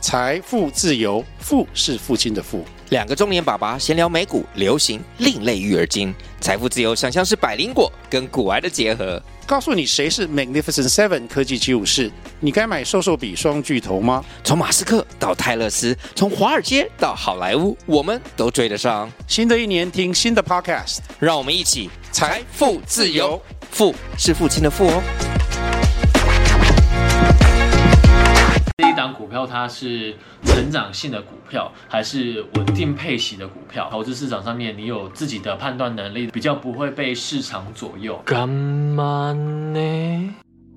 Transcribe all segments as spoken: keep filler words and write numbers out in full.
财富自由，富是父亲的富。 两个中年爸爸闲聊美股、流行、另类育儿经，财富自由想象是百灵果跟股癌的结合。 告诉你谁是 Magnificent Seven 科技七武士，你该买瘦瘦比双巨头吗？ 从马斯克到泰勒斯，从华尔街到好莱坞，我们都追得上。 新的一年听新的 Podcast， 让我们一起财富自由， 富是父亲的富哦。 这一档股票它是成长性的股票，还是稳定配息的股票？投资市场上面，你有自己的判断能力，比较不会被市场左右。干嘛呢？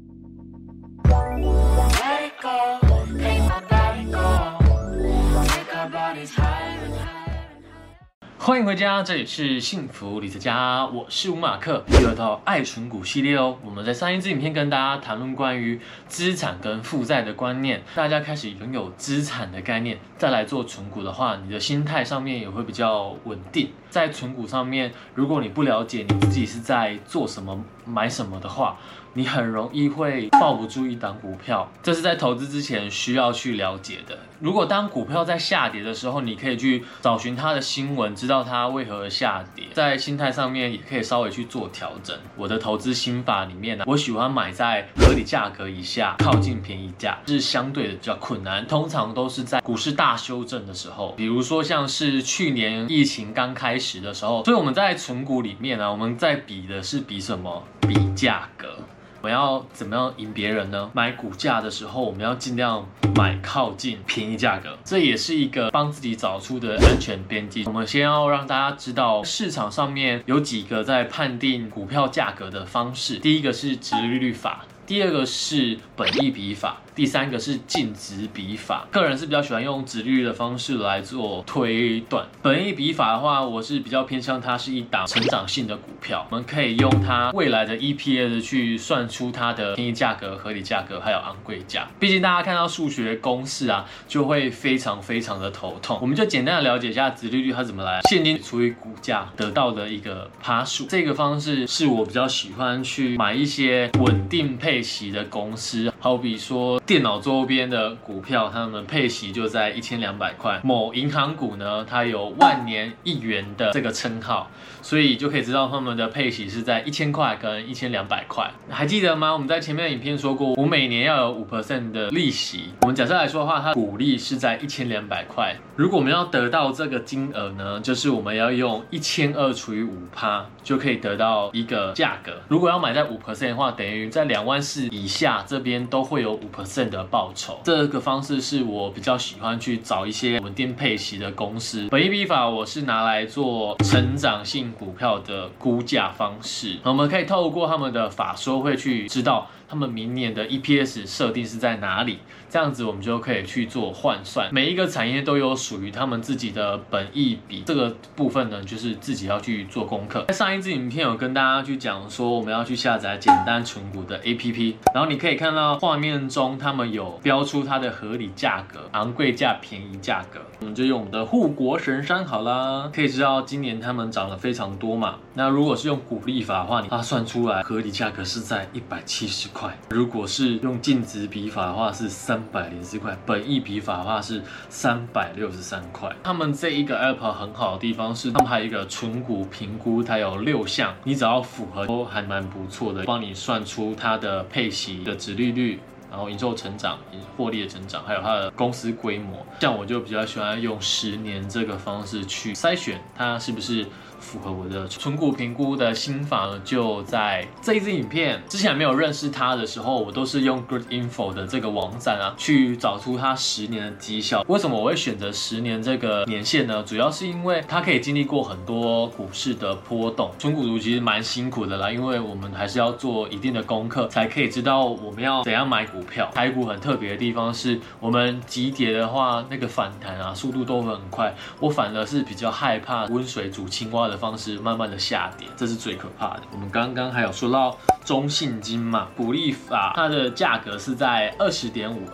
欢迎回家，这里是幸福理财家，我是吴马克，又到爱存股系列哦。我们在上一支影片跟大家谈论关于资产跟负债的观念，大家开始拥有资产的概念，再来做存股的话，你的心态上面也会比较稳定。在存股上面，如果你不了解你自己是在做什么、买什么的话，你很容易会抱不住一档股票，这是在投资之前需要去了解的。如果当股票在下跌的时候，你可以去找寻它的新闻，知道它为何而下跌。在心态上面也可以稍微去做调整。我的投资心法里面呢，我喜欢买在合理价格以下，靠近便宜价，是相对的比较困难。通常都是在股市大修正的时候，比如说像是去年疫情刚开始的时候，所以我们在存股里面呢，我们在比的是比什么？比价格。我们要怎么样赢别人呢？买股价的时候，我们要尽量买靠近便宜价格，这也是一个帮自己找出的安全边际。我们先要让大家知道，市场上面有几个在判定股票价格的方式。第一个是殖利率法，第二个是本益比法，第三个是净值比法。个人是比较喜欢用殖利率的方式来做推断。本益比法的话，我是比较偏向它是一档成长性的股票，我们可以用它未来的 E P S 去算出它的便宜价格、合理价格还有昂贵价。毕竟大家看到数学公式啊，就会非常非常的头痛。我们就简单的了解一下殖利率它怎么来，现金除以股价得到的一个趴数。这个方式是我比较喜欢去买一些稳定配息的公司，好比说电脑周边的股票，它们配息就在一千两百块。某银行股呢，它有万年一元的这个称号，所以就可以知道他们的配息是在一千块跟一千两百块。还记得吗？我们在前面的影片说过，我每年要有 百分之五 的利息。我们假设来说的话，它股利是在一千两百块。如果我们要得到这个金额呢，就是我们要用一千二除以 百分之五，就可以得到一个价格。如果要买在 百分之五 的话，等于在两万四以下这边都会有 百分之五 的报酬。这个方式是我比较喜欢去找一些稳定配息的公司。本益比法我是拿来做成长性股票的估价方式，我们可以透过他们的法说会去知道他们明年的 E P S 设定是在哪里，这样子我们就可以去做换算。每一个产业都有属于他们自己的本益比，这个部分呢，就是自己要去做功课。在上一支影片有跟大家去讲说，我们要去下载简单存股的 A P P， 然后你可以看到画面中他们有标出它的合理价格、昂贵价、便宜价格。我们就用我们的护国神山好啦，可以知道今年他们涨了非常多嘛。那如果是用股利法的话，它算出来合理价格是在一百七十块。如果是用净值比法的话是三百零四块，本益比法的话是三百六十三块。他们这一个 app 很好的地方是，他们还有一个存股评估，它有六项，你只要符合都还蛮不错的，帮你算出它的配息的殖利率，然后营收成长、获利的成长，还有它的公司规模。像我就比较喜欢用十年这个方式去筛选它是不是符合我的存股评估的心法呢，就在这一支影片之前还没有认识它的时候，我都是用 Good Info 的这个网站啊，去找出它十年的绩效。为什么我会选择十年这个年限呢？主要是因为它可以经历过很多股市的波动。存股族其实蛮辛苦的啦，因为我们还是要做一定的功课，才可以知道我们要怎样买股票。台股很特别的地方是，我们急跌的话，那个反弹啊，速度都会很快。我反而是比较害怕温水煮青蛙的方式慢慢的下跌，这是最可怕的。我们刚刚还有说到中信金嘛，股利法它的价格是在 二十点五二，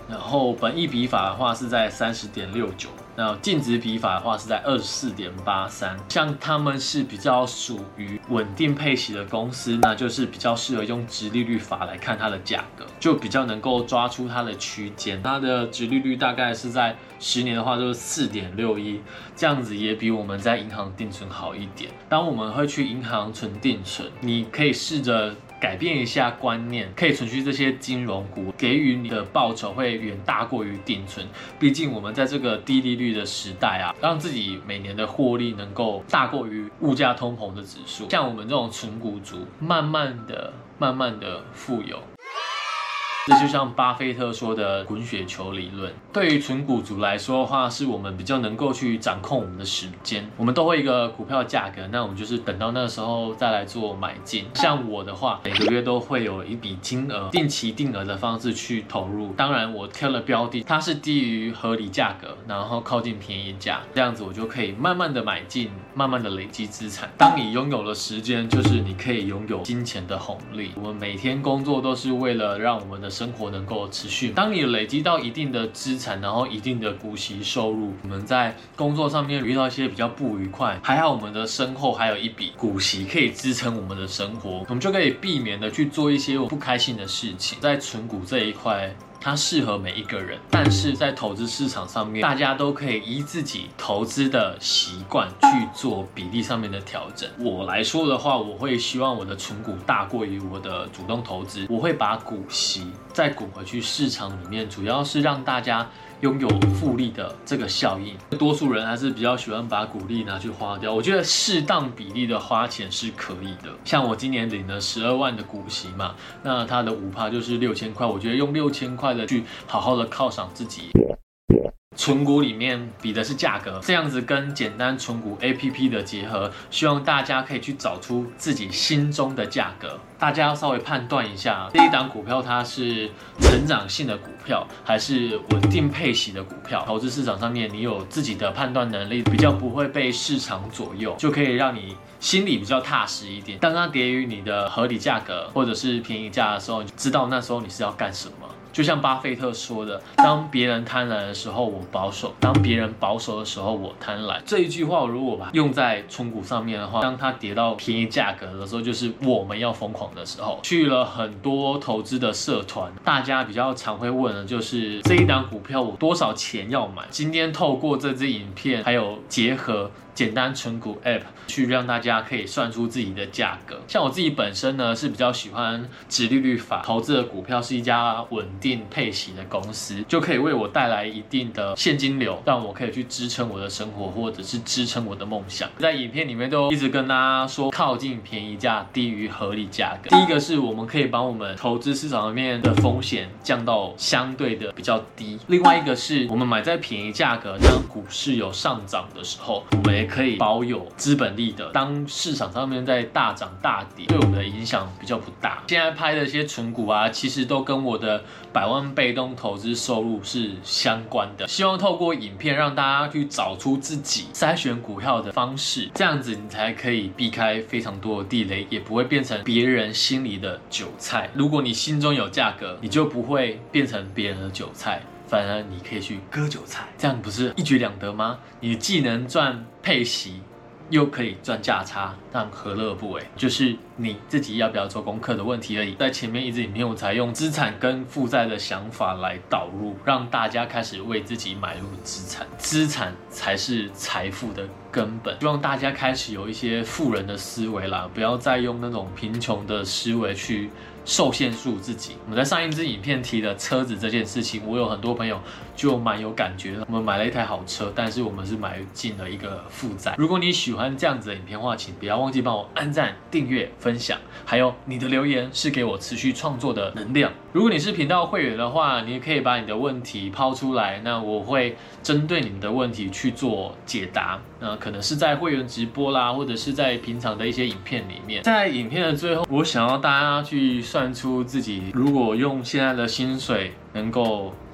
然后本益比法的话是在 三十点六九， 那净值比法的话是在 二十四点八三。 像他们是比较属于稳定配息的公司，那就是比较适合用殖利率法来看它的价格，就比较能够抓出它的区间。它的殖利率大概是在十年的话就是 四点六一， 这样子也比我们在银行定存好一点。当我们会去银行存定存，你可以试着改变一下观念，可以存去这些金融股，给予你的报酬会远大过于定存。毕竟我们在这个低利率的时代啊，让自己每年的获利能够大过于物价通膨的指数，像我们这种纯股族，慢慢的、慢慢的富有。这就像巴菲特说的滚雪球理论，对于纯股族来说的话，是我们比较能够去掌控我们的时间。我们都会一个股票价格，那我们就是等到那个时候再来做买进。像我的话，每个月都会有一笔金额，定期定额的方式去投入。当然，我挑了标的，它是低于合理价格，然后靠近便宜价，这样子我就可以慢慢的买进，慢慢的累积资产。当你拥有了时间，就是你可以拥有金钱的红利。我们每天工作都是为了让我们的生活能够持续。当你累积到一定的资产，然后一定的股息收入，我们在工作上面遇到一些比较不愉快，还好我们的身后还有一笔股息可以支撑我们的生活，我们就可以避免的去做一些我不开心的事情。在存股这一块，它适合每一个人，但是在投资市场上面，大家都可以依自己投资的习惯去做比例上面的调整。我来说的话，我会希望我的存股大过于我的主动投资，我会把股息再滚回去市场里面，主要是让大家拥有复利的这个效应。多数人还是比较喜欢把股利拿去花掉，我觉得适当比例的花钱是可以的。像我今年领了十二万的股息嘛，那它的 百分之五 就是六千块，我觉得用六千块的去好好的犒赏自己。存股里面比的是价格，这样子跟简单存股 A P P 的结合，希望大家可以去找出自己心中的价格。大家要稍微判断一下，这一档股票它是成长性的股票，还是稳定配息的股票。投资市场上面，你有自己的判断能力，比较不会被市场左右，就可以让你心里比较踏实一点。当它跌于你的合理价格或者是便宜价的时候，你就知道那时候你是要干什么。就像巴菲特说的，当别人贪婪的时候我保守，当别人保守的时候我贪婪。这一句话如果把它用在存股上面的话，当它跌到便宜价格的时候，就是我们要疯狂的时候。去了很多投资的社团，大家比较常会问的就是这一档股票我多少钱要买。今天透过这支影片，还有结合简单存股 App 去让大家可以算出自己的价格。像我自己本身呢是比较喜欢殖利率法投资的股票，是一家稳定配息的公司，就可以为我带来一定的现金流，让我可以去支撑我的生活，或者是支撑我的梦想。在影片里面都一直跟大家说，靠近便宜价，低于合理价格。第一个是我们可以把我们投资市场里面的风险降到相对的比较低，另外一个是我们买在便宜价格，当股市有上涨的时候，我们也可以保有资本利得。当市场上面在大涨大跌，对我们的影响比较不大。现在拍的一些存股啊，其实都跟我的百万被动投资收入是相关的。希望透过影片让大家去找出自己筛选股票的方式，这样子你才可以避开非常多的地雷，也不会变成别人心里的韭菜。如果你心中有价格，你就不会变成别人的韭菜，反而你可以去割韭菜，这样不是一举两得吗？你既能赚配息，又可以赚价差，那何乐而不为？就是你自己要不要做功课的问题而已。在前面一支影片，我才用资产跟负债的想法来导入，让大家开始为自己买入资产。资产才是财富的根本。希望大家开始有一些富人的思维啦，不要再用那种贫穷的思维去受限束自己。我们在上一支影片提的车子这件事情，我有很多朋友就蛮有感觉的。我们买了一台好车，但是我们是买进了一个负债。如果你喜欢这样子的影片的话，请不要忘记帮我按赞、订阅、分享，还有你的留言是给我持续创作的能量。如果你是频道会员的话，你也可以把你的问题抛出来，那我会针对你们的问题去做解答。那可能是在会员直播啦，或者是在平常的一些影片里面。在影片的最后，我想要大家去算出自己如果用现在的薪水能够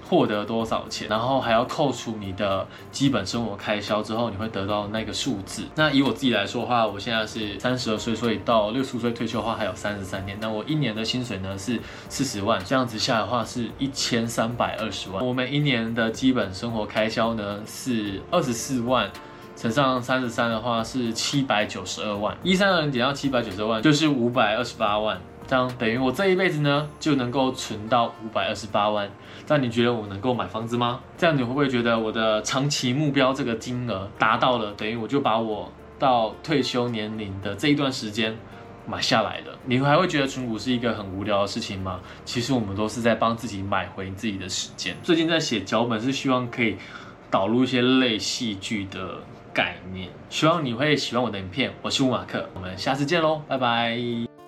获得多少钱，然后还要扣除你的基本生活开销之后，你会得到那个数字。那以我自己来说的话，我现在是三十二岁，所以到六十五岁退休的话还有三十三年。那我一年的薪水呢是四十万，这样子下来的话是一千三百二十万。我每一年的基本生活开销呢是二十四万。乘上三十三的话是七百九十二万，一三二零减到七百九十二万就是五百二十八万，这样等于我这一辈子呢就能够存到五百二十八万。那你觉得我能够买房子吗？这样你会不会觉得我的长期目标这个金额达到了，等于我就把我到退休年龄的这一段时间买下来了？你还会觉得存股是一个很无聊的事情吗？其实我们都是在帮自己买回自己的时间。最近在写脚本，是希望可以导入一些类戏剧的概念，希望你会喜欢我的影片。我是吴马克，我们下次见喽，拜拜。